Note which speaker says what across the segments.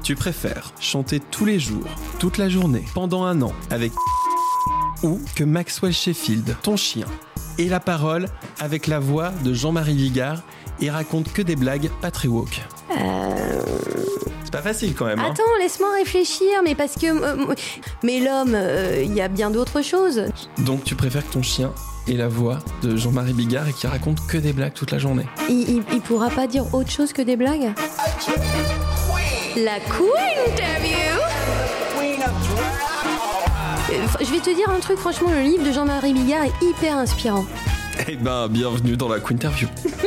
Speaker 1: Tu préfères chanter tous les jours, toute la journée, pendant 1 an, avec ou que Maxwell Sheffield, ton chien, ait la parole avec la voix de Jean-Marie Bigard et raconte que des blagues pas très woke? C'est pas facile quand même.
Speaker 2: Attends, laisse-moi réfléchir, mais parce que... mais l'homme, il y a bien d'autres choses.
Speaker 1: Donc tu préfères que ton chien ait la voix de Jean-Marie Bigard et qu'il raconte que des blagues toute la journée?
Speaker 2: Il pourra pas dire autre chose que des blagues? La Queen Interview. Je vais te dire un truc, franchement, le livre de Jean-Marie Bigard est hyper inspirant.
Speaker 1: Eh ben, bienvenue dans la Queen Interview.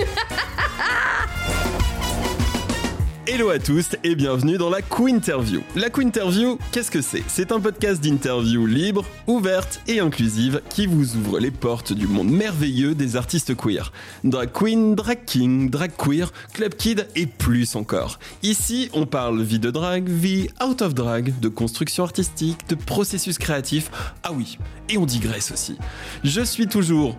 Speaker 1: Hello à tous et bienvenue dans la Queen Interview. La Queen Interview, qu'est-ce que c'est? C'est un podcast d'interview libre, ouverte et inclusive qui vous ouvre les portes du monde merveilleux des artistes queer. Drag queen, drag king, drag queer, club kid et plus encore. Ici, on parle vie de drag, vie out of drag, de construction artistique, de processus créatif. Ah oui, et on digresse aussi. Je suis toujours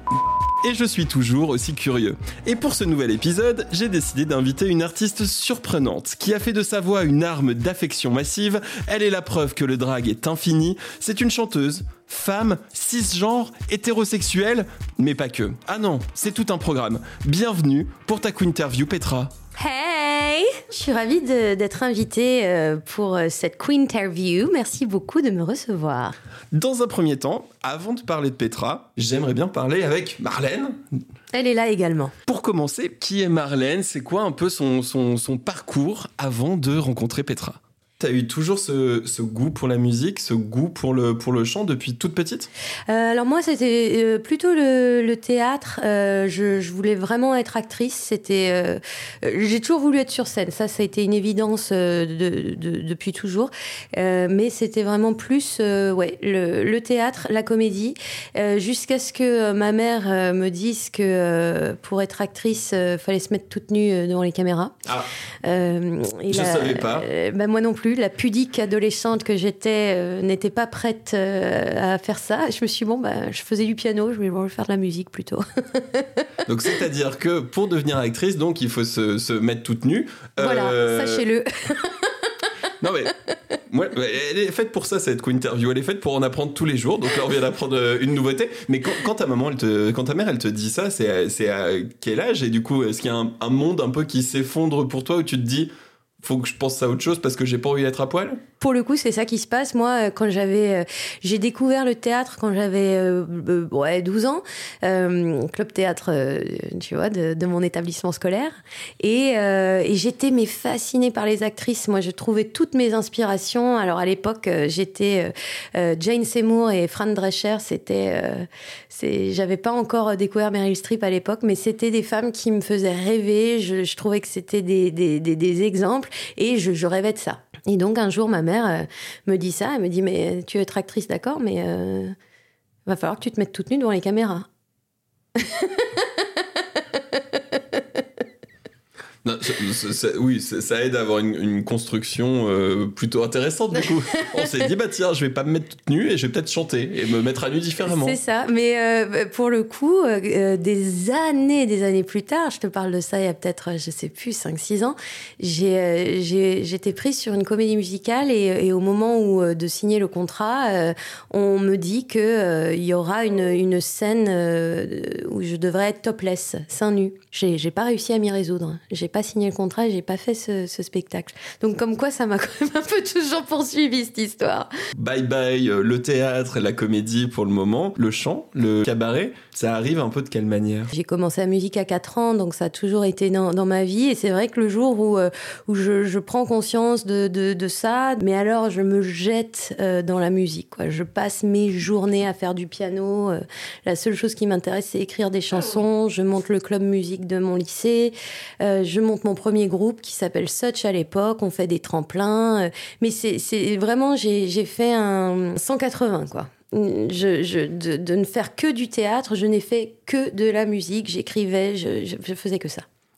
Speaker 1: aussi curieux. Et pour ce nouvel épisode, j'ai décidé d'inviter une artiste surprenante qui a fait de sa voix une arme d'affection massive. Elle est la preuve que le drag est infini. C'est une chanteuse, femme, cisgenre, hétérosexuelle, mais pas que. Ah non, c'est tout un programme. Bienvenue pour ta Queen Interview, Petra.
Speaker 2: Hey! Je suis ravie d'être invitée pour cette Queen Interview. Merci beaucoup de me recevoir.
Speaker 1: Dans un premier temps, avant de parler de Petra, j'aimerais bien parler avec Marlène.
Speaker 2: Elle est là également.
Speaker 1: Pour commencer, qui est Marlène? C'est quoi un peu son parcours avant de rencontrer Petra? T'as eu toujours ce goût pour la musique, ce goût pour le chant depuis toute petite?
Speaker 2: Alors moi, c'était plutôt le théâtre. Je voulais vraiment être actrice. J'ai toujours voulu être sur scène. Ça a été une évidence depuis toujours. Mais c'était vraiment plus le théâtre, la comédie, jusqu'à ce que ma mère me dise que pour être actrice, fallait se mettre toute nue devant les caméras.
Speaker 1: Ah. Je savais pas.
Speaker 2: Moi non plus. La pudique adolescente que j'étais n'était pas prête à faire ça. Je me suis dit, je faisais du piano, je vais faire de la musique plutôt.
Speaker 1: Donc, c'est-à-dire que pour devenir actrice, donc, il faut se mettre toute nue.
Speaker 2: Voilà, sachez-le.
Speaker 1: Non, mais moi, elle est faite pour ça, cette Queen Interview. Elle est faite pour en apprendre tous les jours. Donc là, on vient d'apprendre une nouveauté. Mais quand ta mère, elle te dit ça, c'est à quel âge? Et du coup, est-ce qu'il y a un monde un peu qui s'effondre pour toi où tu te dis... faut que je pense à autre chose parce que j'ai pas envie d'être à poil?
Speaker 2: Pour le coup, c'est ça qui se passe. Moi, quand j'ai découvert le théâtre quand j'avais 12 ans, club théâtre, tu vois, de mon établissement scolaire. Et j'étais fascinée par les actrices. Moi, je trouvais toutes mes inspirations. Alors, à l'époque, j'étais Jane Seymour et Fran Drescher. J'avais pas encore découvert Meryl Streep à l'époque, mais c'était des femmes qui me faisaient rêver. Je trouvais que c'était des exemples et je rêvais de ça. Et donc, un jour, ma mère me dit ça. Elle me dit, mais tu veux être actrice, d'accord, mais va falloir que tu te mettes toute nue devant les caméras.
Speaker 1: Non, oui, ça aide à avoir une construction plutôt intéressante, du coup. On s'est dit, tiens, je vais pas me mettre toute nue et je vais peut-être chanter et me mettre à nu différemment.
Speaker 2: C'est ça, mais pour le coup, des années plus tard, je te parle de ça il y a peut-être, je sais plus, 5-6 ans, j'étais prise sur une comédie musicale et au moment de signer le contrat, on me dit qu'il y aura une scène où je devrais être topless, seins nus. J'ai pas réussi à m'y résoudre. J'ai pas signé le contrat et j'ai pas fait ce spectacle. Donc comme quoi, ça m'a quand même un peu toujours poursuivi, cette histoire.
Speaker 1: Bye bye le théâtre et la comédie pour le moment. Le chant, le cabaret, ça arrive un peu de quelle manière? J'ai
Speaker 2: commencé la musique à 4 ans, donc ça a toujours été dans ma vie. Et c'est vrai que le jour où je prends conscience de ça, mais alors je me jette dans la musique, quoi. Je passe mes journées à faire du piano. La seule chose qui m'intéresse, c'est écrire des chansons. Je monte le club musique de mon lycée. Je monte mon premier groupe qui s'appelle Such à l'époque. On fait des tremplins. Mais c'est vraiment, j'ai fait un 180, quoi. De ne faire que du théâtre, je n'ai fait que de la musique. J'écrivais, je faisais que ça.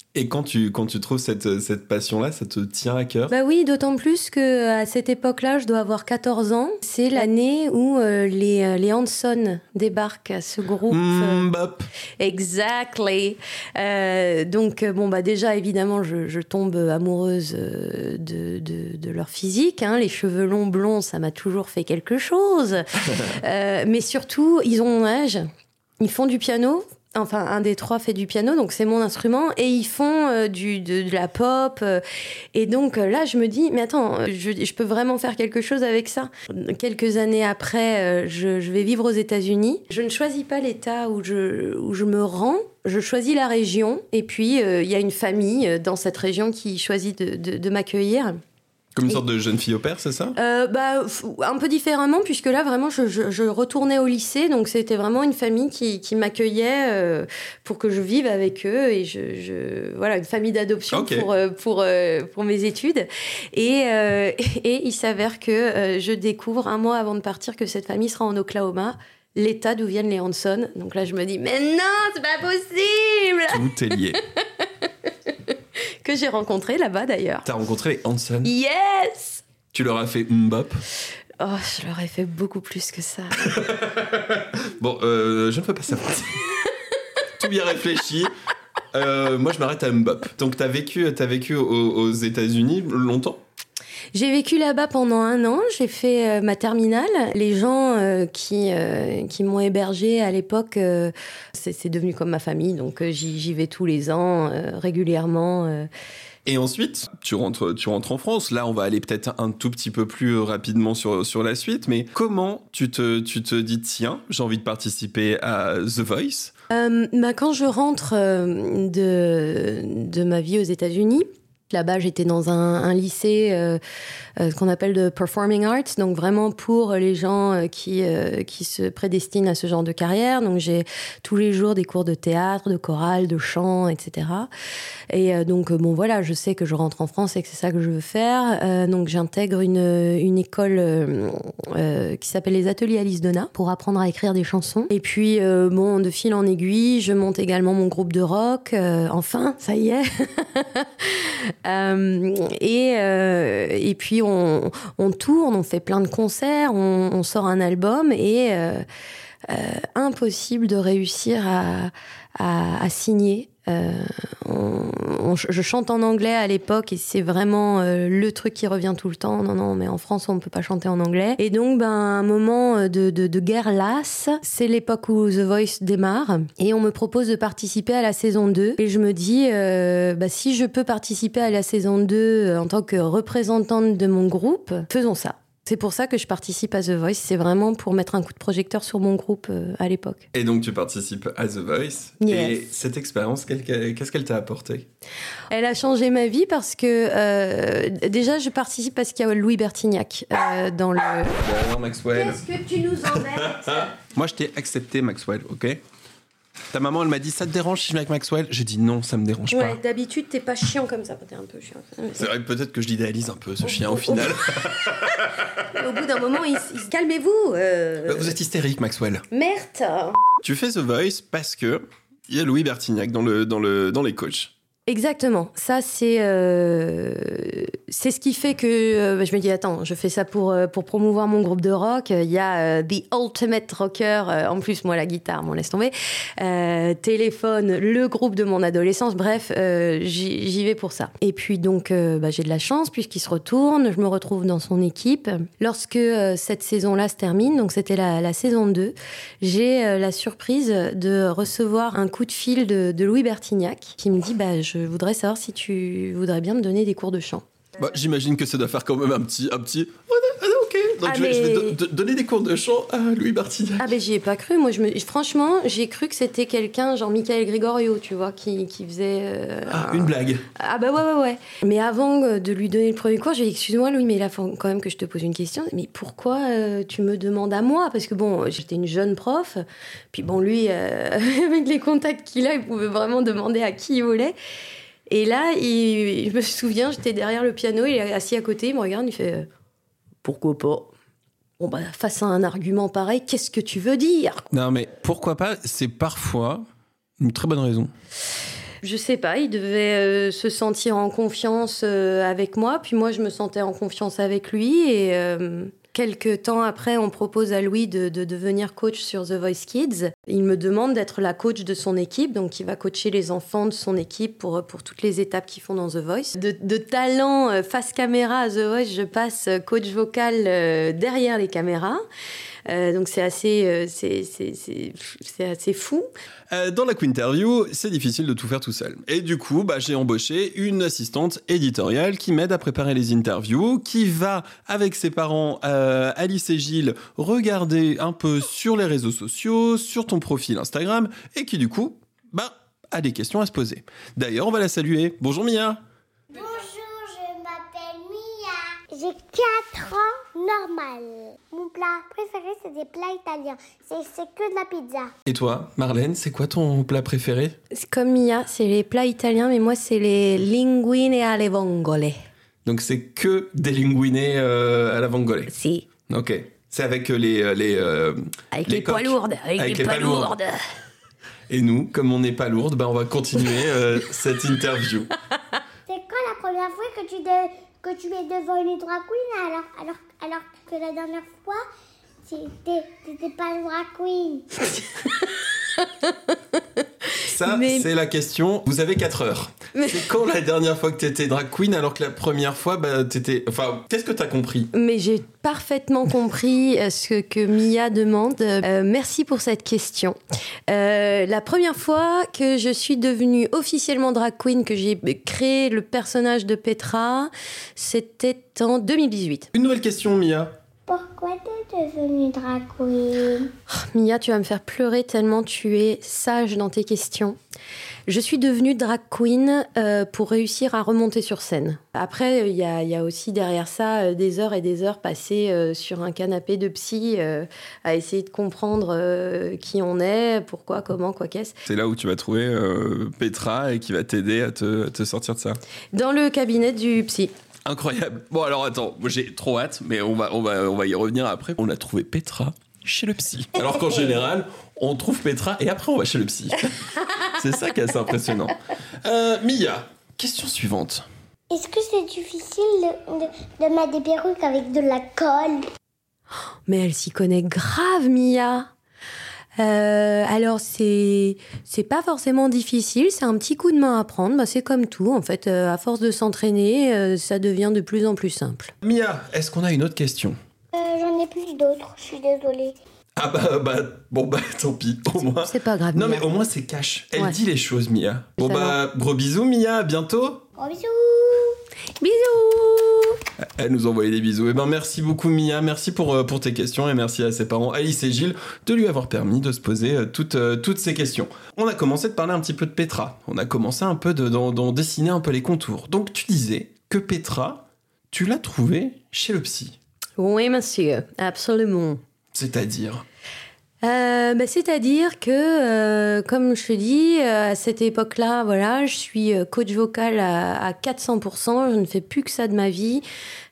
Speaker 1: Et quand tu trouves cette passion-là, ça te tient à cœur?
Speaker 2: Bah oui, d'autant plus qu'à cette époque-là, je dois avoir 14 ans. C'est l'année où les Hanson débarquent à ce groupe.
Speaker 1: Bop.
Speaker 2: Exactly. Donc, déjà, évidemment, je tombe amoureuse de leur physique. Hein. Les cheveux longs blonds, ça m'a toujours fait quelque chose. Mais surtout, ils ont mon âge. Ils font du piano. Enfin, un des trois fait du piano, donc c'est mon instrument, et ils font de la pop. Et donc là, je me dis, mais attends, je peux vraiment faire quelque chose avec ça. Quelques années après, je vais vivre aux États-Unis. Je ne choisis pas l'État où je me rends. Je choisis la région, et puis il y a une famille dans cette région qui choisit de m'accueillir.
Speaker 1: Comme une sorte de jeune fille au père, c'est ça?
Speaker 2: Un peu différemment, puisque là, vraiment, je retournais au lycée, donc c'était vraiment une famille qui m'accueillait pour que je vive avec eux, et voilà, une famille d'adoption
Speaker 1: okay.
Speaker 2: pour mes études. Et il s'avère que je découvre un mois avant de partir que cette famille sera en Oklahoma, l'État d'où viennent les Hanson. Donc là, je me dis, mais non, c'est pas possible!
Speaker 1: Tout est lié.
Speaker 2: Que j'ai rencontré là-bas d'ailleurs.
Speaker 1: T'as rencontré les Hanson?
Speaker 2: Yes!
Speaker 1: Tu leur as fait mbop?
Speaker 2: Oh, je leur ai fait beaucoup plus que ça.
Speaker 1: Bon, je ne peux pas savoir. Tout bien réfléchi. Moi, je m'arrête à mbop. Donc, t'as vécu aux États-Unis longtemps?
Speaker 2: J'ai vécu là-bas pendant 1 an, j'ai fait ma terminale. Les gens qui m'ont hébergée à l'époque, c'est devenu comme ma famille, donc j'y vais tous les ans, régulièrement.
Speaker 1: Et ensuite, tu rentres en France. Là, on va aller peut-être un tout petit peu plus rapidement sur la suite. Mais comment tu te dis, tiens, j'ai envie de participer à The Voice?
Speaker 2: Quand je rentre de ma vie aux États-Unis, là-bas, j'étais dans un lycée qu'on appelle de Performing Arts, donc vraiment pour les gens qui se prédestinent à ce genre de carrière. Donc j'ai tous les jours des cours de théâtre, de chorale, de chant, etc. Et donc voilà, je sais que je rentre en France et que c'est ça que je veux faire. Donc j'intègre une école qui s'appelle les Ateliers Alice Donna pour apprendre à écrire des chansons. Et puis de fil en aiguille, je monte également mon groupe de rock. Enfin, ça y est. Et puis on tourne, on fait plein de concerts, on sort un album et impossible de réussir à signer. Je chante en anglais à l'époque et c'est vraiment le truc qui revient tout le temps. Non, mais en France on ne peut pas chanter en anglais. Et donc un moment de guerre lasse, c'est l'époque où The Voice démarre et on me propose de participer à la saison 2 et je me dis si je peux participer à la saison 2 en tant que représentante de mon groupe, faisons ça. C'est pour ça que je participe à The Voice. C'est vraiment pour mettre un coup de projecteur sur mon groupe à l'époque.
Speaker 1: Et donc, tu participes à The Voice.
Speaker 2: Yes.
Speaker 1: Et cette expérience, qu'est-ce qu'elle t'a apporté?
Speaker 2: Elle a changé ma vie parce que... déjà, je participe parce qu'il y a Louis Bertignac dans le...
Speaker 1: Bonjour, Maxwell.
Speaker 2: Qu'est-ce que tu nous embêtes?
Speaker 1: Moi, je t'ai accepté, Maxwell, ok? Ta maman, elle m'a dit, ça te dérange si je viens avec Maxwell? J'ai dit non, ça me dérange pas.
Speaker 2: Ouais, d'habitude, t'es pas chiant comme ça. T'es un peu chiant.
Speaker 1: C'est vrai que peut-être que je l'idéalise un peu, ce chien, au final.
Speaker 2: Au bout d'un moment, calmez-vous.
Speaker 1: Vous êtes hystérique, Maxwell.
Speaker 2: Merde.
Speaker 1: Tu fais The Voice parce que il y a Louis Bertignac dans les coachs.
Speaker 2: Exactement. Ça, c'est ce qui fait que je me dis, attends, je fais ça pour promouvoir mon groupe de rock. Il y a The Ultimate Rocker. En plus, moi, la guitare, m'en laisse tomber. Téléphone, le groupe de mon adolescence. Bref, j'y vais pour ça. Et puis, donc, j'ai de la chance puisqu'il se retourne. Je me retrouve dans son équipe. Lorsque cette saison-là se termine, donc c'était la saison 2, j'ai la surprise de recevoir un coup de fil de Louis Bertignac qui me dit, je voudrais savoir si tu voudrais bien me donner des cours de chant.
Speaker 1: J'imagine que ça doit faire quand même un petit... ok. Donc je vais donner des cours de chant à Louis Bertignac.
Speaker 2: Ah j'y ai pas cru. Moi, franchement, j'ai cru que c'était quelqu'un, genre Michael Gregorio, tu vois, qui faisait...
Speaker 1: une blague.
Speaker 2: Ah ouais. Mais avant de lui donner le premier cours, j'ai dit, excuse-moi Louis, mais là, faut quand même que je te pose une question. Mais pourquoi tu me demandes à moi? Parce que j'étais une jeune prof. Puis lui, avec les contacts qu'il a, il pouvait vraiment demander à qui il voulait. Et là, je me souviens, j'étais derrière le piano, il est assis à côté, il me regarde, il fait pourquoi pas? Face à un argument pareil, qu'est-ce que tu veux dire?
Speaker 1: Non, mais pourquoi pas? C'est parfois une très bonne raison.
Speaker 2: Je sais pas, il devait se sentir en confiance avec moi, puis moi je me sentais en confiance avec lui et quelques temps après, on propose à Louis de devenir coach sur The Voice Kids. Il me demande d'être la coach de son équipe, donc il va coacher les enfants de son équipe pour toutes les étapes qu'ils font dans The Voice. De talent face caméra à The Voice, je passe coach vocal derrière les caméras. Donc c'est assez fou.
Speaker 1: Dans la Quinterview, c'est difficile de tout faire tout seul. Et du coup, j'ai embauché une assistante éditoriale qui m'aide à préparer les interviews, qui va, avec ses parents, Alice et Gilles, regarder un peu sur les réseaux sociaux, sur ton profil Instagram, et qui du coup, a des questions à se poser. D'ailleurs, on va la saluer. Bonjour Mia.
Speaker 3: Bonjour, je m'appelle Mia. J'ai 4 ans, normal. Mon plat préféré, c'est des plats italiens. C'est que de la pizza.
Speaker 1: Et toi, Marlène, c'est quoi ton plat préféré ?
Speaker 2: C'est comme Mia, c'est les plats italiens, mais moi, c'est les linguine alle vongole.
Speaker 1: Donc, c'est que des linguine à la vongole.
Speaker 2: Si.
Speaker 1: Ok. C'est avec les
Speaker 2: poids lourdes. Avec les poids lourdes.
Speaker 1: Et nous, comme on n'est pas lourdes, on va continuer cette interview.
Speaker 3: C'est quand la première fois que tu es devant une drag queen alors que la dernière fois, t'étais pas une drag queen.
Speaker 1: Ça, c'est la question. Vous avez 4 heures. C'est quand la dernière fois que t'étais drag queen alors que la première fois, t'étais... Enfin, qu'est-ce que t'as compris ?
Speaker 2: Mais j'ai parfaitement compris ce que Mia demande. Merci pour cette question. La première fois que je suis devenue officiellement drag queen, que j'ai créé le personnage de Petra, c'était en 2018.
Speaker 1: Une nouvelle question, Mia.
Speaker 3: Pourquoi t'es devenue drag queen ?
Speaker 2: Mia, tu vas me faire pleurer tellement tu es sage dans tes questions. Je suis devenue drag queen pour réussir à remonter sur scène. Après, il y a aussi derrière ça des heures et des heures passées sur un canapé de psy à essayer de comprendre qui on est, pourquoi, comment, quoi qu'est-ce.
Speaker 1: C'est là où tu vas trouver Petra et qui va t'aider à te sortir de ça.
Speaker 2: Dans le cabinet du psy.
Speaker 1: Incroyable. Bon, alors attends, moi j'ai trop hâte, mais on va y revenir après. On a trouvé Petra chez le psy. Alors qu'en général, on trouve Petra et après on va chez le psy. C'est ça qui est assez impressionnant. Mia, question suivante.
Speaker 3: Est-ce que c'est difficile de mettre des perruques avec de la colle ?
Speaker 2: Mais elle s'y connaît grave, Mia. Alors c'est pas forcément difficile, c'est un petit coup de main à prendre, c'est comme tout en fait, à force de s'entraîner, ça devient de plus en plus simple.
Speaker 1: Mia, est-ce qu'on a une autre question ?
Speaker 3: J'en ai plus d'autres, je suis désolée.
Speaker 1: Ah tant pis, au moins.
Speaker 2: C'est pas grave.
Speaker 1: Non
Speaker 2: Mia.
Speaker 1: mais au moins c'est cash, elle
Speaker 2: Ouais.
Speaker 1: dit les choses Mia. Bon
Speaker 2: Ça
Speaker 1: gros bisous Mia, à bientôt.
Speaker 3: Gros bisous.
Speaker 2: Bisous.
Speaker 1: Elle nous envoyait des bisous. Merci beaucoup Mia, merci pour tes questions et merci à ses parents Alice et Gilles de lui avoir permis de se poser toutes ces questions. On a commencé de parler un petit peu de Petra, on a commencé un peu d'en dessiner un peu les contours. Donc tu disais que Petra, tu l'as trouvée chez le psy.
Speaker 2: Oui monsieur, absolument.
Speaker 1: C'est-à-dire
Speaker 2: C'est-à-dire que, comme je te dis, à cette époque-là, voilà, je suis coach vocal à 400%, je ne fais plus que ça de ma vie.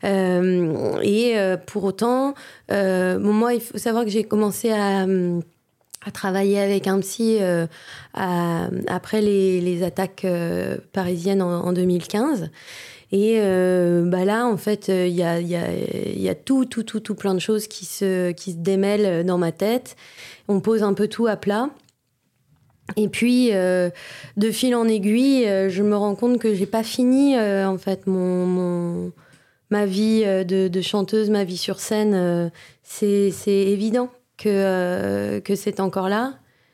Speaker 2: Pour autant, moi, il faut savoir que j'ai commencé à travailler avec un psy après les attaques parisiennes en 2015. Et là, en fait, il y a tout plein de choses qui se démêlent dans ma tête. On pose un peu tout à plat. Et puis, de fil en aiguille, je me rends compte que j'ai pas fini, en fait, ma vie de chanteuse, ma vie sur scène. C'est évident que c'est encore là.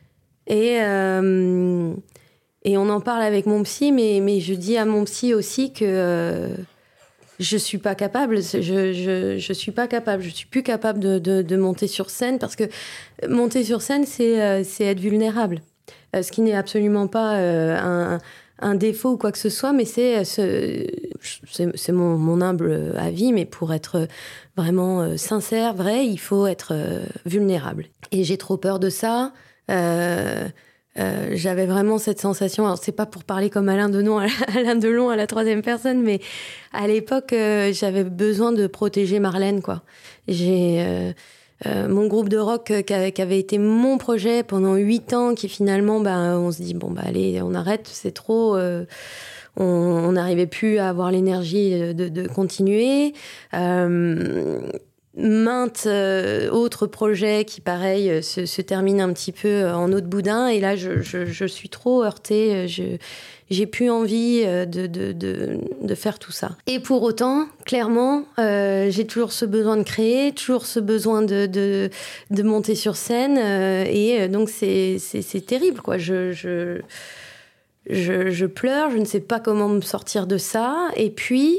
Speaker 2: Et on en parle avec mon psy, mais je dis à mon psy aussi que je suis pas capable. Je suis pas capable. Je suis plus capable de monter sur scène parce que monter sur scène, c'est être vulnérable. Ce qui n'est absolument pas un défaut ou quoi que ce soit, mais c'est mon humble avis. Mais pour être vraiment sincère, vrai, il faut être vulnérable. Et j'ai trop peur de ça. J'avais vraiment cette sensation, alors c'est pas pour parler comme Alain Delon à la troisième personne, mais à l'époque j'avais besoin de protéger Marlène, quoi. mon groupe de rock qui avait été mon projet pendant 8 ans, qui finalement, on se dit, allez, on arrête, c'est trop... on n'arrivait plus à avoir l'énergie de continuer. Maintes autres projets qui, pareil, se terminent un petit peu en eau de boudin. Et là, je suis trop heurtée. J'ai plus envie de faire tout ça. Et pour autant, clairement, j'ai toujours ce besoin de créer, toujours ce besoin de monter sur scène. Et donc, c'est terrible, quoi. Je pleure, je ne sais pas comment me sortir de ça. Et puis,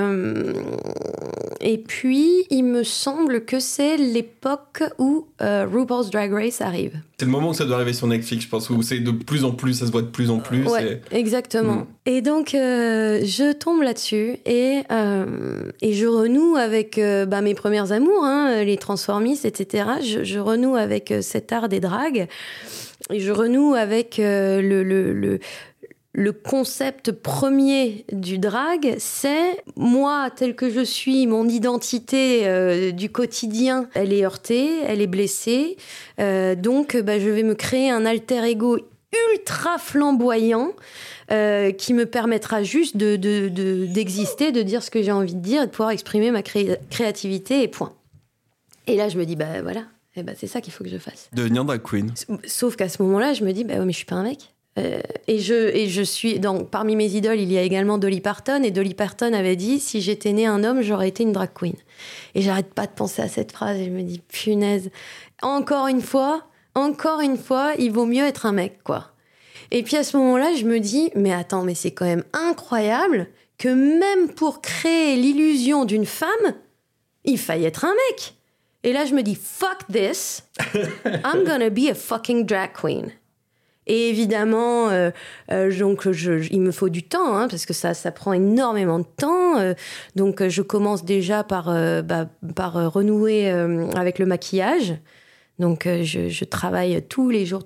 Speaker 2: il me semble que c'est l'époque où RuPaul's Drag Race arrive.
Speaker 1: C'est le moment où ça doit arriver sur Netflix, je pense, où c'est de plus en plus, ça se voit de plus en plus.
Speaker 2: Ouais, exactement. Et donc, je tombe là-dessus et je renoue avec mes premiers amours, les transformistes, etc. Je renoue avec cet art des dragues. Et je renoue avec le concept premier du drag, c'est moi tel que je suis, mon identité du quotidien, elle est heurtée, elle est blessée. Donc, je vais me créer un alter ego ultra flamboyant qui me permettra juste d'exister, de dire ce que j'ai envie de dire et de pouvoir exprimer ma créativité et point. Et là, je me dis, voilà, c'est ça qu'il faut que je fasse.
Speaker 1: Devenir drag queen.
Speaker 2: Sauf qu'à ce moment-là, je me dis, mais je suis pas un mec. Et je suis parmi mes idoles, il y a également Dolly Parton, et Dolly Parton avait dit, si j'étais née un homme, j'aurais été une drag queen. Et j'arrête pas de penser à cette phrase et je me dis, punaise, encore une fois, il vaut mieux être un mec, quoi. Et puis à ce moment-là, je me dis, mais attends, mais c'est quand même incroyable que même pour créer l'illusion d'une femme, il faille être un mec. Et là, je me dis, fuck this, I'm gonna be a fucking drag queen. Et évidemment, donc il me faut du temps, parce que ça prend énormément de temps. Donc je commence déjà par renouer avec le maquillage. Donc je travaille tous les jours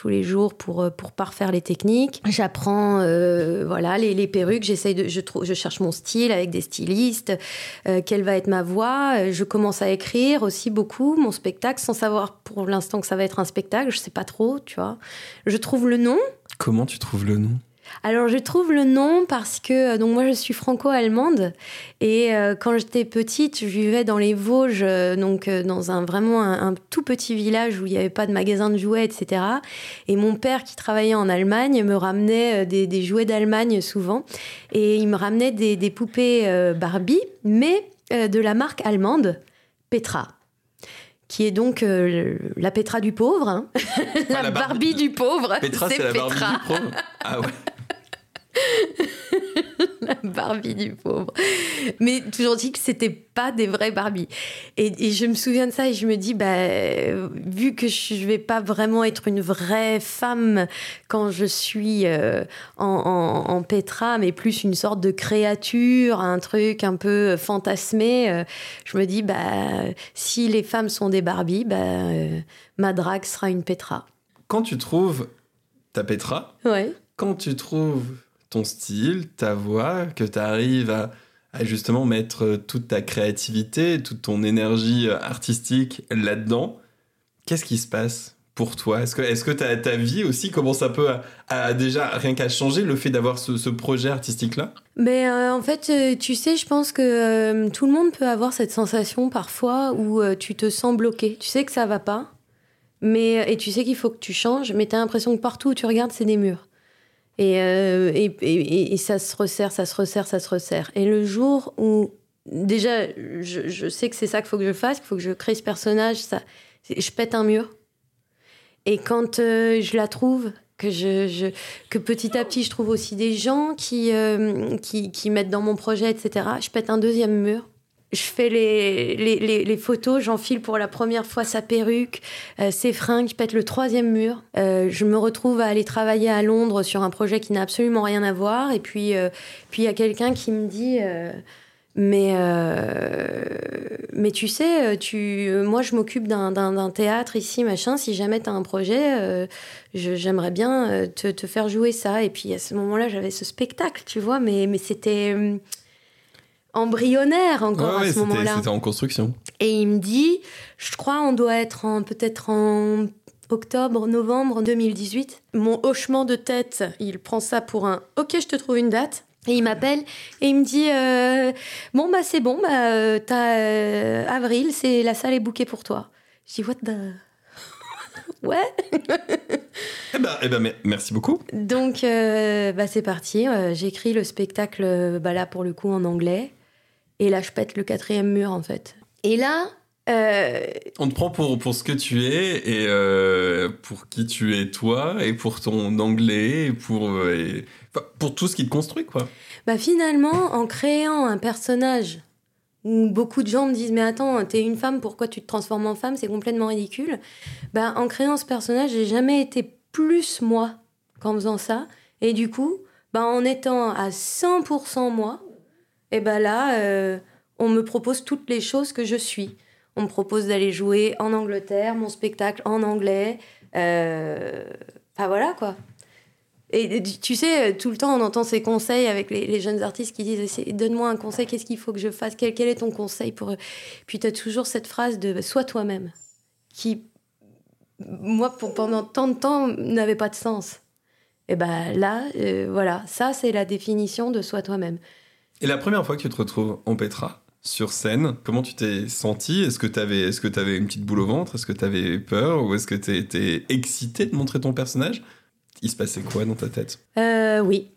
Speaker 2: pour parfaire les techniques. J'apprends les perruques, je cherche mon style avec des stylistes, quelle va être ma voix. Je commence à écrire aussi beaucoup mon spectacle sans savoir pour l'instant que ça va être un spectacle, je sais pas trop, tu vois. Je trouve le nom.
Speaker 1: Comment tu trouves le nom ?
Speaker 2: Alors, je trouve le nom parce que donc moi, je suis franco-allemande et quand j'étais petite, je vivais dans les Vosges, dans un tout petit village où il n'y avait pas de magasin de jouets, etc. Et mon père, qui travaillait en Allemagne, me ramenait des jouets d'Allemagne souvent. Et il me ramenait des poupées Barbie, mais de la marque allemande Petra. Qui est donc la Petra du pauvre, hein. la Barbie du pauvre.
Speaker 1: Petra, c'est la Barbie du pauvre. Ah ouais.
Speaker 2: La Barbie du pauvre. Mais toujours dit que c'était pas des vraies Barbies. Et je me souviens de ça et je me dis, vu que je vais pas vraiment être une vraie femme quand je suis en Petra, mais plus une sorte de créature, un truc un peu fantasmé, je me dis, si les femmes sont des Barbies, ma drague sera une Petra.
Speaker 1: Quand tu trouves ta Petra,
Speaker 2: ouais.
Speaker 1: Quand tu trouves ton style, ta voix, que tu arrives à justement mettre toute ta créativité, toute ton énergie artistique là-dedans, qu'est-ce qui se passe pour toi ? Est-ce que ta vie aussi commence un peu à déjà rien qu'à changer, le fait d'avoir ce projet artistique-là ?
Speaker 2: Mais en fait, tu sais, je pense que tout le monde peut avoir cette sensation parfois où tu te sens bloqué. Tu sais que ça va pas, et tu sais qu'il faut que tu changes, mais tu as l'impression que partout où tu regardes, c'est des murs. Et ça se resserre. Et le jour où, déjà, je sais que c'est ça qu'il faut que je fasse, qu'il faut que je crée ce personnage, je pète un mur. Et quand je la trouve, que petit à petit, je trouve aussi des gens qui mettent dans mon projet, etc., je pète un deuxième mur. Je fais les photos, j'enfile pour la première fois sa perruque, ses fringues, je pète le troisième mur. Je me retrouve à aller travailler à Londres sur un projet qui n'a absolument rien à voir. Et puis il y a quelqu'un qui me dit mais tu sais, moi je m'occupe d'un théâtre ici, machin. Si jamais t'as un projet, j'aimerais bien te faire jouer ça. Et puis à ce moment-là, j'avais ce spectacle, tu vois, mais c'était... embryonnaire encore à ce moment-là.
Speaker 1: C'était en construction.
Speaker 2: Et il me dit, je crois on doit être peut-être en octobre, novembre 2018. Mon hochement de tête, il prend ça pour un « ok, je te trouve une date ». Et il m'appelle et il me dit bon bah c'est bon, t'as avril, la salle est bookée pour toi. Je dis what the ouais.
Speaker 1: Eh ben, merci beaucoup.
Speaker 2: Donc c'est parti. J'écris le spectacle là pour le coup en anglais et là je pète le 4e mur en fait. Et là
Speaker 1: on te prend pour ce que tu es et pour qui tu es toi et pour ton anglais et pour tout ce qui te construit quoi.
Speaker 2: Finalement, en créant un personnage où beaucoup de gens me disent mais attends, t'es une femme, pourquoi tu te transformes en femme, c'est complètement ridicule. En créant ce personnage, j'ai jamais été plus moi qu'en faisant ça. Et du coup, en étant à 100% moi, et là, on me propose toutes les choses que je suis. On me propose d'aller jouer en Angleterre, mon spectacle en anglais. Voilà, quoi. Et tu sais, tout le temps, on entend ces conseils avec les jeunes artistes qui disent « Donne-moi un conseil, qu'est-ce qu'il faut que je fasse ? Quel est ton conseil pour eux ?» Puis tu as toujours cette phrase de « Sois toi-même » qui, moi, pendant tant de temps, n'avait pas de sens. Et là, voilà, ça, c'est la définition de « Sois toi-même ».
Speaker 1: Et la première fois que tu te retrouves en Petra, sur scène, comment tu t'es sentie ? Est-ce que t'avais une petite boule au ventre ? Est-ce que t'avais peur ? Ou est-ce que t'étais excitée de montrer ton personnage ? Il se passait quoi dans ta tête ?
Speaker 2: Oui.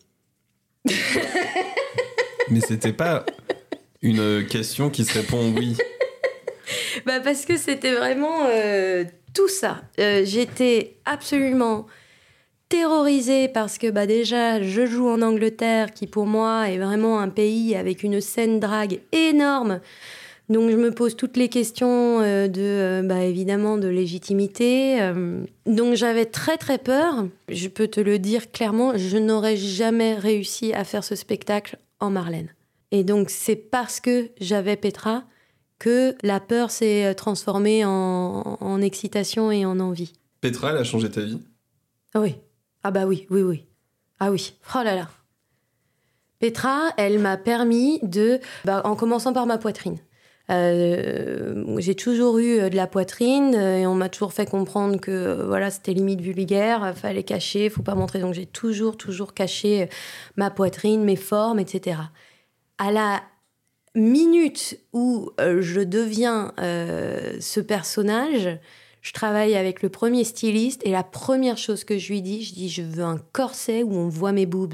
Speaker 1: Mais c'était pas une question qui se répond oui.
Speaker 2: Parce que c'était vraiment tout ça. J'étais absolument terrorisée parce que déjà, je joue en Angleterre, qui pour moi est vraiment un pays avec une scène drague énorme. Donc je me pose toutes les questions évidemment de légitimité. Donc j'avais très très peur. Je peux te le dire clairement, je n'aurais jamais réussi à faire ce spectacle en Marlène. Et donc c'est parce que j'avais Petra que la peur s'est transformée en excitation et en envie.
Speaker 1: Petra, elle a changé ta vie ?
Speaker 2: Oui. Ah oui. Ah oui. Oh là là. Petra, elle m'a permis en commençant par ma poitrine. J'ai toujours eu de la poitrine et on m'a toujours fait comprendre que c'était limite vulgaire, fallait cacher, faut pas montrer. Donc j'ai toujours caché ma poitrine, mes formes, etc. À la minute où je deviens ce personnage, je travaille avec le premier styliste et la première chose que je lui dis, je veux un corset où on voit mes boobs.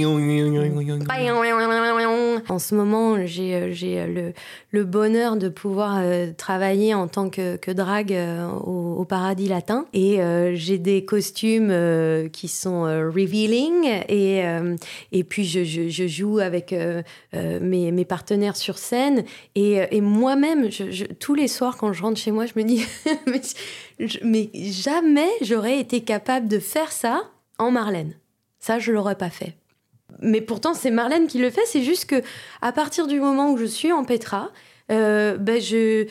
Speaker 2: En ce moment, j'ai le bonheur de pouvoir travailler en tant que drague au Paradis Latin. Et j'ai des costumes qui sont revealing. Et puis, je joue avec mes partenaires sur scène. Et moi-même, tous les soirs, quand je rentre chez moi, je me dis... mais jamais j'aurais été capable de faire ça en Marlène. Ça, je l'aurais pas fait. Mais pourtant, c'est Marlène qui le fait. C'est juste que à partir du moment où je suis en Petra, je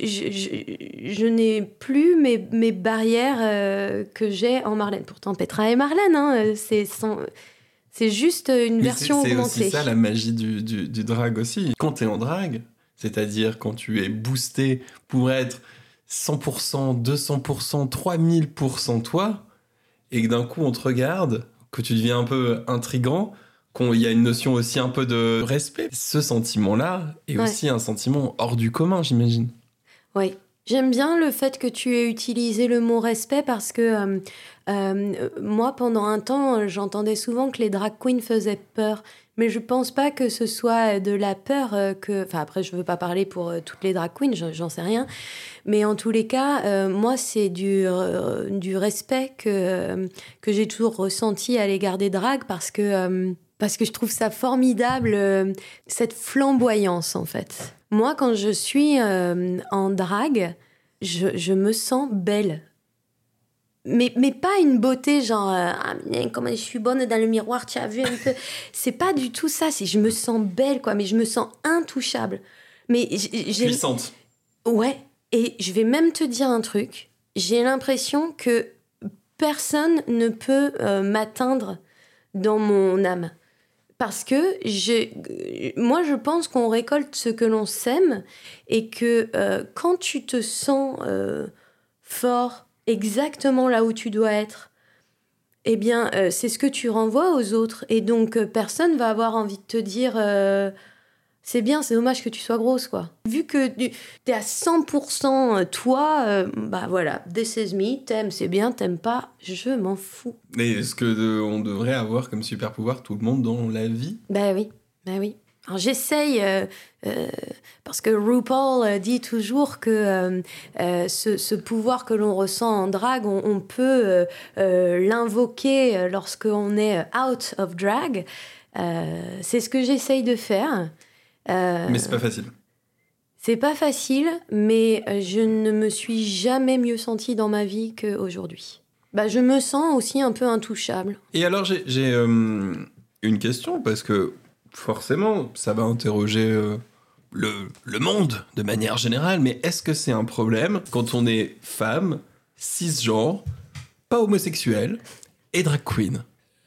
Speaker 2: n'ai plus mes barrières que j'ai en Marlène. Pourtant, Petra et Marlène, hein, c'est juste une version augmentée.
Speaker 1: C'est aussi ça la magie du drag aussi. Quand t'es en drag, c'est-à-dire quand tu es boosté pour être 100%, 200%, 3000% toi, et que d'un coup on te regarde, que tu deviens un peu intriguant, qu'il y a une notion aussi un peu de respect. Ce sentiment-là est aussi un sentiment hors du commun, j'imagine.
Speaker 2: Oui. J'aime bien le fait que tu aies utilisé le mot respect parce que moi, pendant un temps, j'entendais souvent que les drag queens faisaient peur. Mais je pense pas que ce soit de la peur que... Enfin, après, je veux pas parler pour toutes les drag queens, j'en sais rien. Mais en tous les cas, moi, c'est du respect que j'ai toujours ressenti à l'égard des drags parce que je trouve ça formidable, cette flamboyance, en fait. Moi, quand je suis en drague, je me sens belle. Mais pas une beauté genre comme je suis bonne dans le miroir, tu as vu un peu. C'est pas du tout ça, je me sens belle quoi, mais je me sens intouchable. Mais
Speaker 1: puissante.
Speaker 2: Ouais, et je vais même te dire un truc, j'ai l'impression que personne ne peut m'atteindre dans mon âme. Parce que moi, je pense qu'on récolte ce que l'on sème et que quand tu te sens fort, exactement là où tu dois être, eh bien, c'est ce que tu renvoies aux autres. Et donc, personne va avoir envie de te dire c'est bien, c'est dommage que tu sois grosse, quoi. Vu que t'es à 100% toi, bah voilà, this is me, t'aimes, c'est bien, t'aimes pas, je m'en fous.
Speaker 1: Mais est-ce que on devrait avoir comme super pouvoir tout le monde dans la vie ?
Speaker 2: Bah oui. Alors j'essaye, parce que RuPaul dit toujours que ce pouvoir que l'on ressent en drague, on peut l'invoquer lorsqu'on est out of drag. C'est ce que j'essaye de faire.
Speaker 1: Mais c'est pas facile.
Speaker 2: C'est pas facile, mais je ne me suis jamais mieux sentie dans ma vie qu'aujourd'hui. Bah, je me sens aussi un peu intouchable.
Speaker 1: Et alors, j'ai une question, parce que forcément, ça va interroger le monde de manière générale, mais est-ce que c'est un problème quand on est femme, cisgenre, pas homosexuel et drag queen ?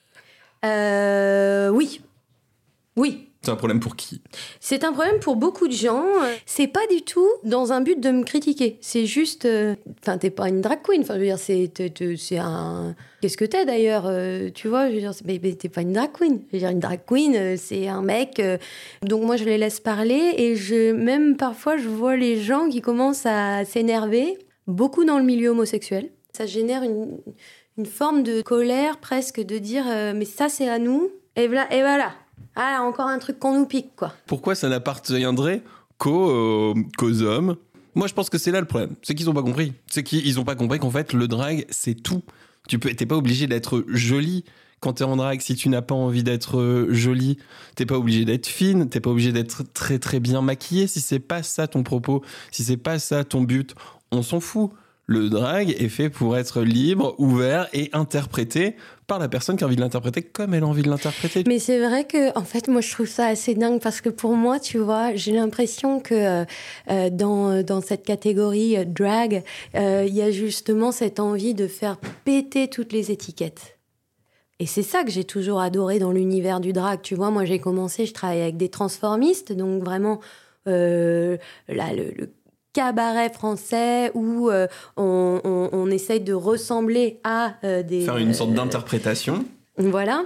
Speaker 2: Oui.
Speaker 1: C'est un problème pour qui ?
Speaker 2: C'est un problème pour beaucoup de gens. C'est pas du tout dans un but de me critiquer. C'est juste... Enfin, t'es pas une drag queen. Enfin, je veux dire, c'est un... Qu'est-ce que t'es, d'ailleurs tu vois, je veux dire, mais t'es pas une drag queen. Je veux dire, une drag queen, c'est un mec... Donc, moi, je les laisse parler. Et même, parfois, je vois les gens qui commencent à s'énerver. Beaucoup dans le milieu homosexuel. Ça génère une forme de colère, presque, de dire mais ça, c'est à nous. Et voilà. Ah, encore un truc qu'on nous pique, quoi.
Speaker 1: Pourquoi ça n'appartiendrait qu'aux hommes ? Moi, je pense que c'est là le problème. C'est qu'ils n'ont pas compris. C'est qu'ils n'ont pas compris qu'en fait, le drag, c'est tout. T'es pas obligé d'être jolie quand t'es en drag. Si tu n'as pas envie d'être jolie, t'es pas obligé d'être fine. T'es pas obligé d'être très, très bien maquillée. Si c'est pas ça ton propos, si c'est pas ça ton but, on s'en fout. Le drag est fait pour être libre, ouvert et interprété par la personne qui a envie de l'interpréter comme elle a envie de l'interpréter.
Speaker 2: Mais c'est vrai que, en fait, moi, je trouve ça assez dingue parce que pour moi, tu vois, j'ai l'impression que dans cette catégorie drag, il y a justement cette envie de faire péter toutes les étiquettes. Et c'est ça que j'ai toujours adoré dans l'univers du drag. Tu vois, moi, j'ai commencé, je travaillais avec des transformistes, donc vraiment, le cabaret français où on essaye de ressembler à des...
Speaker 1: Faire une sorte d'interprétation.
Speaker 2: Voilà.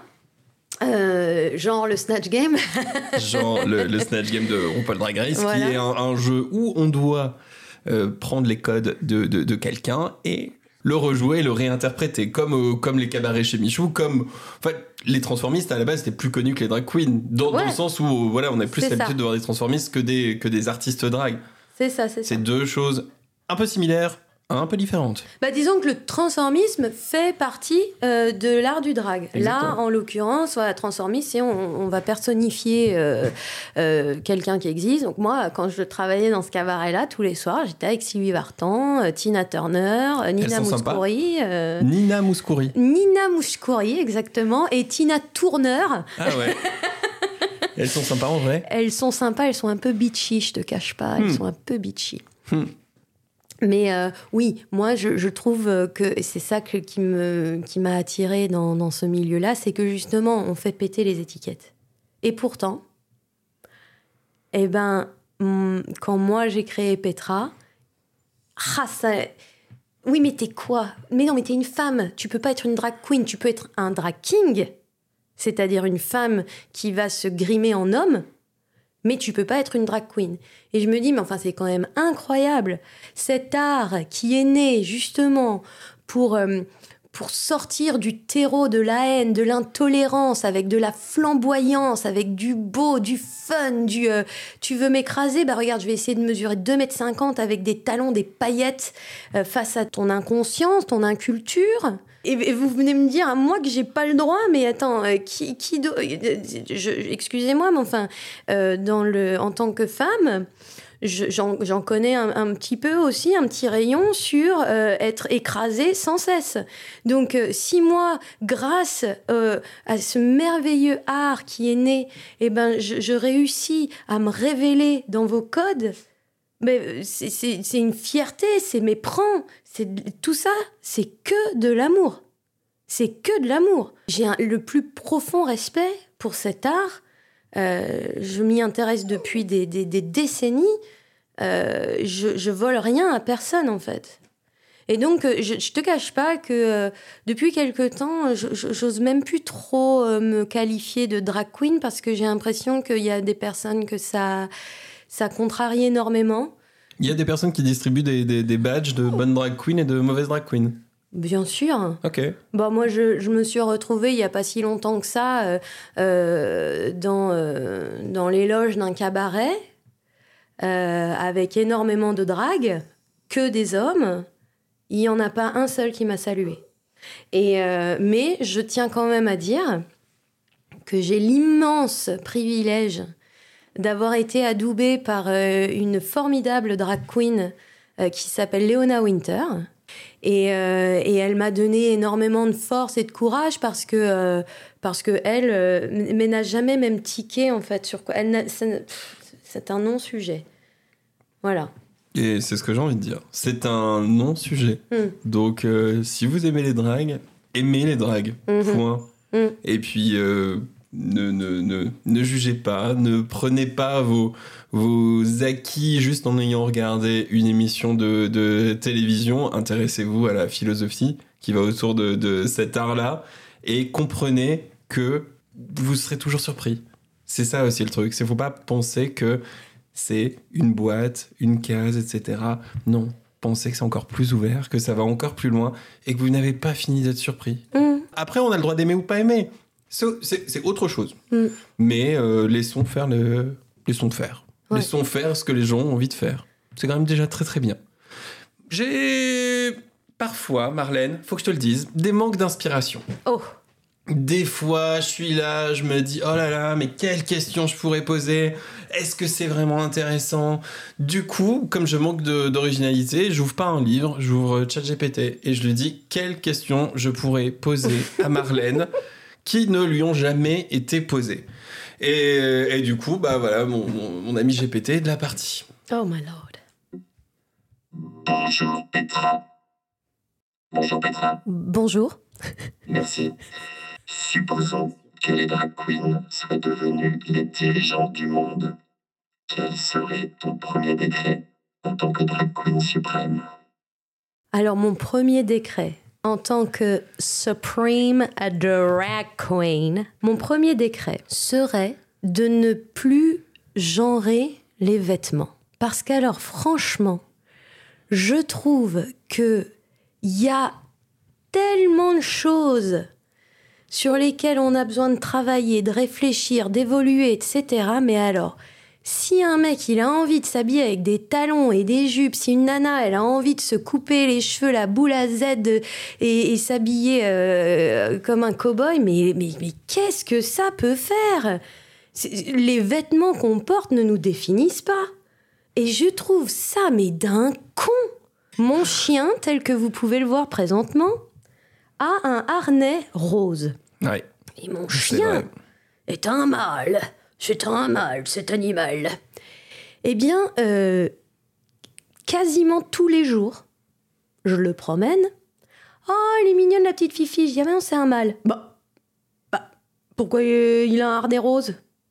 Speaker 2: Genre le Snatch Game.
Speaker 1: Genre le Snatch Game de RuPaul Drag Race, voilà. Qui est un jeu où on doit prendre les codes de quelqu'un et le rejouer et le réinterpréter, comme les cabarets chez Michou, comme... En fait, les transformistes, à la base, étaient plus connus que les drag queens, dans le sens où voilà, on a plus l'habitude de voir des transformistes que des artistes drag.
Speaker 2: C'est ça.
Speaker 1: C'est deux choses un peu similaires, un peu différentes.
Speaker 2: Bah, disons que le transformisme fait partie de l'art du drag.
Speaker 1: Exactement.
Speaker 2: Là, en l'occurrence, la transformiste, c'est on va personnifier quelqu'un qui existe. Donc moi, quand je travaillais dans ce cabaret-là, tous les soirs, j'étais avec Sylvie Vartan, Tina Turner, Nina Mouskouri.
Speaker 1: Nina Mouskouri.
Speaker 2: Nina Mouskouri, exactement. Et Tina Turner.
Speaker 1: Ah ouais. Elles sont sympas en vrai.
Speaker 2: Elles sont sympas, elles sont un peu bitchy, je te cache pas. Elles sont un peu bitchy. Mais oui, moi je trouve que c'est ça qui m'a attirée dans ce milieu-là, c'est que justement on fait péter les étiquettes. Et pourtant, quand moi j'ai créé Petra, oui mais t'es quoi ? Mais non mais t'es une femme, tu peux pas être une drag queen, tu peux être un drag king. C'est-à-dire une femme qui va se grimer en homme, mais tu peux pas être une drag queen. Et je me dis, mais enfin, c'est quand même incroyable. Cet art qui est né, justement, pour sortir du terreau de la haine, de l'intolérance, avec de la flamboyance, avec du beau, du fun, tu veux m'écraser ? Bah regarde, je vais essayer de mesurer 2,50 m avec des talons, des paillettes, face à ton inconscience, ton inculture. Et vous venez me dire à moi que j'ai pas le droit, mais attends, excusez-moi, mais enfin, en tant que femme, j'en connais un petit peu aussi, un petit rayon sur être écrasée sans cesse. Donc, si moi, grâce à ce merveilleux art qui est né, je réussis à me révéler dans vos codes, mais c'est une fierté, c'est mes prends, tout ça, c'est que de l'amour. C'est que de l'amour. J'ai le plus profond respect pour cet art. Je m'y intéresse depuis des décennies. Je vole rien à personne, en fait. Et donc, je te cache pas que depuis quelque temps, j'ose même plus trop me qualifier de drag queen parce que j'ai l'impression qu'il y a des personnes que ça contrarie énormément.
Speaker 1: Il y a des personnes qui distribuent des badges de bonnes drag queen et de mauvaises drag queen.
Speaker 2: Bien sûr.
Speaker 1: Ok.
Speaker 2: Bon, moi, je me suis retrouvée il y a pas si longtemps que ça dans les loges d'un cabaret avec énormément de drague, que des hommes. Il n'y en a pas un seul qui m'a saluée. Mais je tiens quand même à dire que j'ai l'immense privilège d'avoir été adoubée par une formidable drag queen qui s'appelle Léona Winter. Et elle m'a donné énormément de force et de courage parce que elle mais n'a jamais même tiqué en fait sur quoi. C'est un non-sujet. Voilà.
Speaker 1: Et c'est ce que j'ai envie de dire. C'est un non-sujet. Donc, si vous aimez les dragues, aimez les dragues. Point. Et puis, ne jugez pas, ne prenez pas vos acquis juste en ayant regardé une émission de télévision. Intéressez-vous à la philosophie qui va autour de cet art-là et comprenez que vous serez toujours surpris. C'est ça aussi le truc. C'est faut pas penser que c'est une boîte, une case, etc. Non, pensez que c'est encore plus ouvert, que ça va encore plus loin et que vous n'avez pas fini d'être surpris. Après, on a le droit d'aimer ou pas aimer. C'est autre chose. Mais laissons faire. Ouais. Laissons faire ce que les gens ont envie de faire. C'est quand même déjà très très bien. J'ai parfois, Marlène, faut que je te le dise, des manques d'inspiration.
Speaker 2: Oh.
Speaker 1: Des fois, je suis là, je me dis, oh là là, mais quelle question je pourrais poser ? Est-ce que c'est vraiment intéressant ? Du coup, comme je manque d'originalité, j'ouvre pas un livre, j'ouvre ChatGPT et je lui dis quelles questions je pourrais poser à Marlène qui ne lui ont jamais été posées. Et du coup, bah voilà, mon ami GPT est de la partie.
Speaker 2: Oh my lord.
Speaker 4: Bonjour Petra. Bonjour Petra.
Speaker 2: Bonjour.
Speaker 4: Merci. Supposons que les drag queens seraient devenues les dirigeants du monde. Quel serait ton premier décret en tant que drag queen suprême ?
Speaker 2: Alors, mon premier décret en tant que Supreme Drag Queen, mon premier décret serait de ne plus genrer les vêtements. Parce qu'alors, franchement, je trouve qu'il y a tellement de choses sur lesquelles on a besoin de travailler, de réfléchir, d'évoluer, etc. Mais alors, si un mec, il a envie de s'habiller avec des talons et des jupes, si une nana, elle a envie de se couper les cheveux, la boule à Z et s'habiller comme un cow-boy, mais qu'est-ce que ça peut faire ? Les vêtements qu'on porte ne nous définissent pas. Et je trouve ça, mais d'un con. Mon chien, tel que vous pouvez le voir présentement, a un harnais rose.
Speaker 1: Ouais.
Speaker 2: Et mon chien est un mâle. C'est un mâle, cet animal. Eh bien, quasiment tous les jours, je le promène. Oh, elle est mignonne, la petite Fifi. Je dis, ah mais non, c'est un mâle. Bah, pourquoi il a un harnais rose ?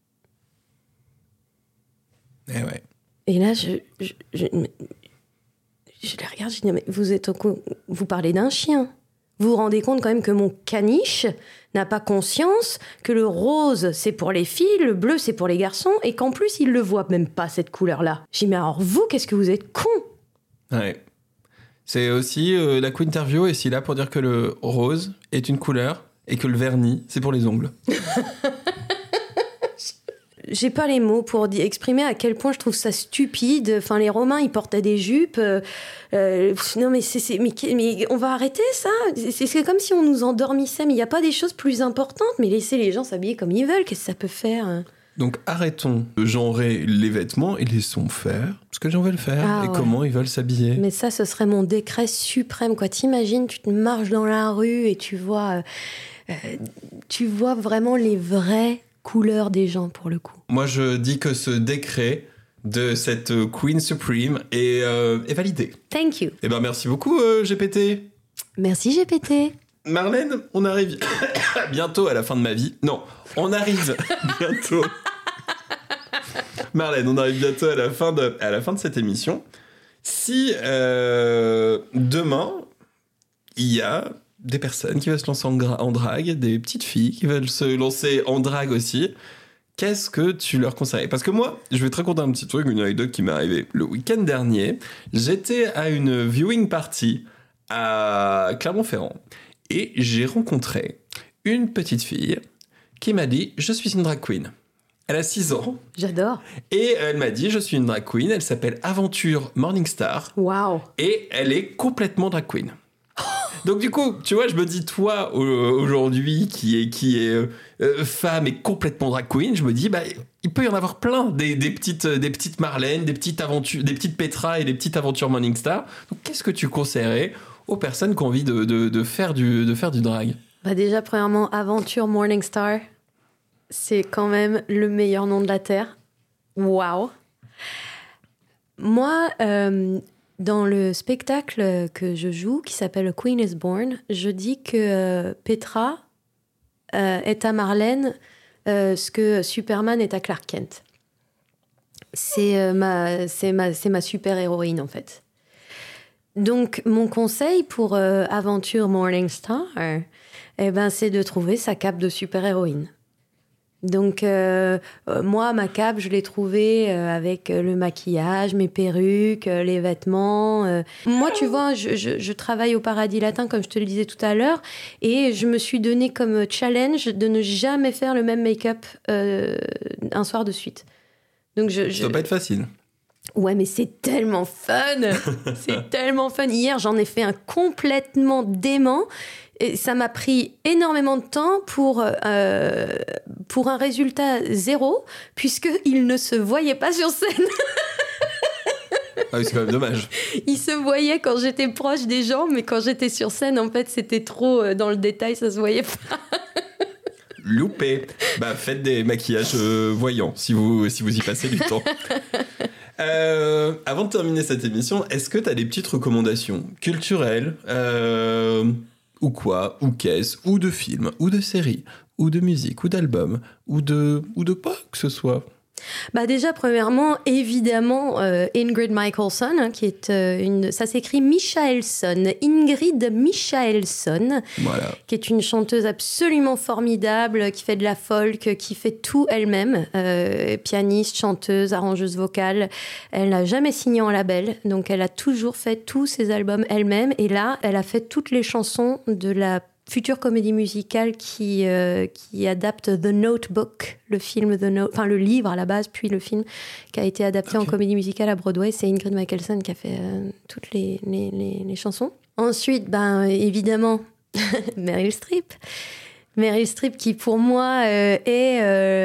Speaker 1: Eh ouais.
Speaker 2: Et là, je les regarde, je dis, mais vous parlez d'un chien. Vous vous rendez compte quand même que mon caniche n'a pas conscience que le rose, c'est pour les filles, le bleu, c'est pour les garçons, et qu'en plus, il le voit même pas, cette couleur-là. J'ai dit, mais alors vous, qu'est-ce que vous êtes con ?
Speaker 1: Ouais. C'est aussi, la Quinterview est ici là pour dire que le rose est une couleur et que le vernis, c'est pour les ongles.
Speaker 2: J'ai pas les mots pour exprimer à quel point je trouve ça stupide. Enfin, les Romains, ils portaient des jupes. Non, mais on va arrêter ça. C'est comme si on nous endormissait. Mais il n'y a pas des choses plus importantes. Mais laissez les gens s'habiller comme ils veulent. Qu'est-ce que ça peut faire ?
Speaker 1: Donc arrêtons de genrer les vêtements et laissons faire ce que les gens veulent faire et comment ils veulent s'habiller.
Speaker 2: Mais ça, ce serait mon décret suprême, quoi. T'imagines, tu te marches dans la rue et tu vois vraiment les vraies couleurs des gens, pour le coup.
Speaker 1: Moi, je dis que ce décret de cette Queen Supreme est validé.
Speaker 2: Thank you.
Speaker 1: Eh ben, merci beaucoup, GPT.
Speaker 2: Merci, GPT.
Speaker 1: Marlène, on arrive bientôt à la fin de ma vie. Non, on arrive bientôt. Marlène, on arrive bientôt à la fin de cette émission. Si demain, il y a des personnes qui veulent se lancer en drague, des petites filles qui veulent se lancer en drague aussi, qu'est-ce que tu leur conseillerais ? Parce que moi, je vais te raconter un petit truc, une anecdote qui m'est arrivée le week-end dernier. J'étais à une viewing party à Clermont-Ferrand et j'ai rencontré une petite fille qui m'a dit « Je suis une drag queen ». Elle a 6 ans.
Speaker 2: J'adore.
Speaker 1: Et elle m'a dit « Je suis une drag queen ». Elle s'appelle Aventure Morningstar.
Speaker 2: Waouh.
Speaker 1: Et elle est complètement drag queen. Donc du coup, tu vois, je me dis, toi, aujourd'hui, qui est femme et complètement drag queen, je me dis, bah, il peut y en avoir plein, des petites Marlène, des petites Petra et des petites aventures Morningstar. Donc qu'est-ce que tu conseillerais aux personnes qui ont envie de faire du drag ?
Speaker 2: Bah déjà, premièrement, Aventure Morningstar, c'est quand même le meilleur nom de la Terre. Waouh. Moi, dans le spectacle que je joue, qui s'appelle A Queen is Born, je dis que Petra est à Marlène ce que Superman est à Clark Kent. C'est ma super-héroïne, en fait. Donc, mon conseil pour Aventure Morningstar, c'est de trouver sa cape de super-héroïne. Donc, moi, ma cape, je l'ai trouvée avec le maquillage, mes perruques, les vêtements. Moi, tu vois, je travaille au Paradis Latin, comme je te le disais tout à l'heure, et je me suis donné comme challenge de ne jamais faire le même make-up un soir de suite. Donc, ça
Speaker 1: doit pas être facile.
Speaker 2: Ouais, mais c'est tellement fun. C'est tellement fun. Hier, j'en ai fait un complètement dément. Et ça m'a pris énormément de temps pour un résultat 0, puisqu'il ne se voyait pas sur scène.
Speaker 1: Ah oui, c'est quand même dommage.
Speaker 2: Il se voyait quand j'étais proche des gens, mais quand j'étais sur scène, en fait, c'était trop dans le détail, ça se voyait pas.
Speaker 1: Loupé. Bah, faites des maquillages voyants, si vous y passez du temps. Avant de terminer cette émission, est-ce que tu as des petites recommandations culturelles ou quoi, ou qu'est-ce, ou de films, ou de séries, ou de musique, ou d'albums, ou de quoi que ce soit?
Speaker 2: Bah déjà, premièrement, évidemment, Ingrid Michaelson, qui est ça s'écrit Michaelson, Ingrid Michaelson,
Speaker 1: voilà.
Speaker 2: Qui est une chanteuse absolument formidable, qui fait de la folk, qui fait tout elle-même, pianiste, chanteuse, arrangeuse vocale. Elle n'a jamais signé en label, donc elle a toujours fait tous ses albums elle-même, et là, elle a fait toutes les chansons de la future comédie musicale qui adapte The Notebook, le film le livre à la base, puis le film qui a été adapté en comédie musicale à Broadway. C'est Ingrid Michaelson qui a fait toutes les chansons. Ensuite, évidemment, Meryl Streep. Meryl Streep qui, pour moi, c'est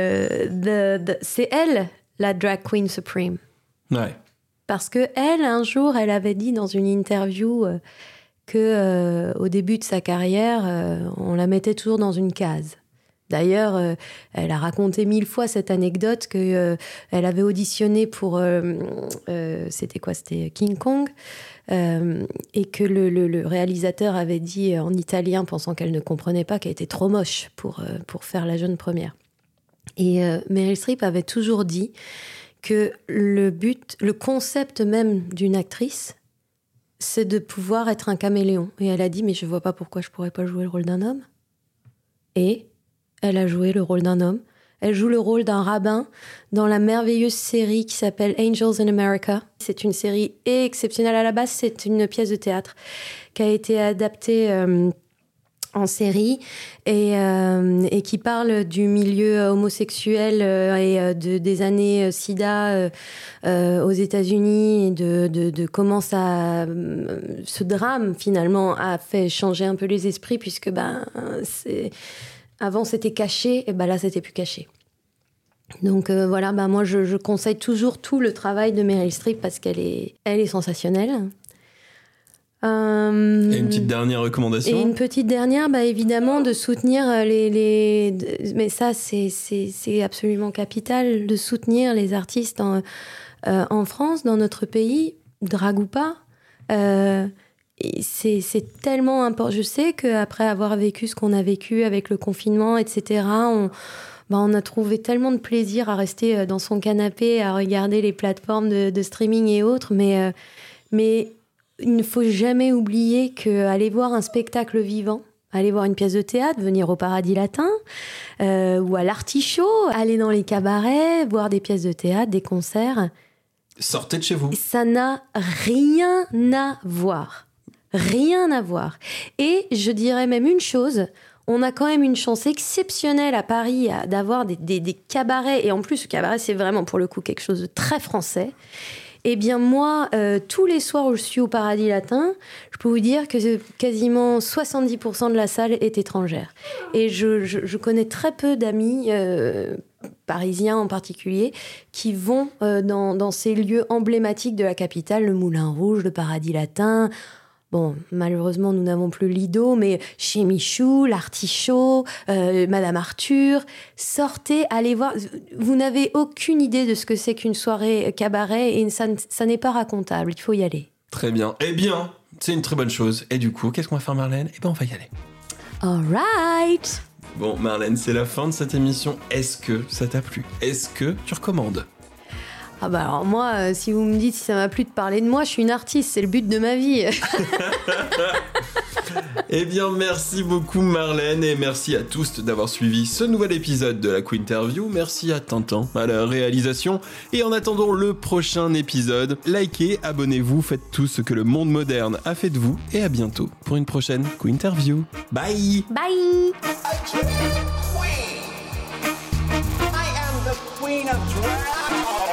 Speaker 2: elle, la drag queen supreme.
Speaker 1: Ouais.
Speaker 2: Parce que elle, un jour, elle avait dit dans une interview que au début de sa carrière, on la mettait toujours dans une case. D'ailleurs, elle a raconté 1000 fois cette anecdote que elle avait auditionné pour c'était King Kong, et que le réalisateur avait dit en italien, pensant qu'elle ne comprenait pas, qu'elle était trop moche pour faire la jeune première. Et Meryl Streep avait toujours dit que le concept même d'une actrice, c'est de pouvoir être un caméléon. Et elle a dit, mais je vois pas pourquoi je pourrais pas jouer le rôle d'un homme. Et elle a joué le rôle d'un homme. Elle joue le rôle d'un rabbin dans la merveilleuse série qui s'appelle Angels in America. C'est une série exceptionnelle. À la base, c'est une pièce de théâtre qui a été adaptée en série et qui parle du milieu homosexuel et des années SIDA aux États-Unis et de comment ce drame finalement a fait changer un peu les esprits, puisque avant c'était caché et là c'était plus caché. Donc voilà, moi je conseille toujours tout le travail de Meryl Streep parce qu'elle est sensationnelle.
Speaker 1: Et une petite dernière recommandation.
Speaker 2: Et une petite dernière, évidemment, de soutenir mais ça, c'est absolument capital, de soutenir les artistes en France, dans notre pays, drag ou pas. c'est tellement important. Je sais qu'après avoir vécu ce qu'on a vécu avec le confinement, etc., on a trouvé tellement de plaisir à rester dans son canapé, à regarder les plateformes de streaming et autres, mais il ne faut jamais oublier qu'aller voir un spectacle vivant, aller voir une pièce de théâtre, venir au Paradis Latin ou à l'Artichaut, aller dans les cabarets, voir des pièces de théâtre, des concerts.
Speaker 1: Sortez de chez vous.
Speaker 2: Ça n'a rien à voir. Rien à voir. Et je dirais même une chose, on a quand même une chance exceptionnelle à Paris d'avoir des cabarets. Et en plus, le cabaret, c'est vraiment pour le coup quelque chose de très français. Eh bien moi, tous les soirs où je suis au Paradis Latin, je peux vous dire que quasiment 70% de la salle est étrangère. Et je connais très peu d'amis, parisiens en particulier, qui vont dans ces lieux emblématiques de la capitale, le Moulin Rouge, le Paradis Latin. Bon, malheureusement, nous n'avons plus Lido, mais chez Michou, l'Artichaut, Madame Arthur, sortez, allez voir. Vous n'avez aucune idée de ce que c'est qu'une soirée cabaret et ça n'est pas racontable. Il faut y aller.
Speaker 1: Très bien. Eh bien, c'est une très bonne chose. Et du coup, qu'est-ce qu'on va faire, Marlène ? Eh bien, on va y aller.
Speaker 2: All right.
Speaker 1: Bon, Marlène, c'est la fin de cette émission. Est-ce que ça t'a plu ? Est-ce que tu recommandes ?
Speaker 2: Ah bah alors moi, si vous me dites si ça m'a plu de parler de moi, je suis une artiste, c'est le but de ma vie.
Speaker 1: Eh bien, merci beaucoup Marlène et merci à tous d'avoir suivi ce nouvel épisode de la Quinterview. Merci à Tintin à la réalisation. Et en attendant le prochain épisode, likez, abonnez-vous, faites tout ce que le monde moderne a fait de vous. Et à bientôt pour une prochaine Quinterview. Bye.
Speaker 2: Bye.
Speaker 5: I am the queen of drag.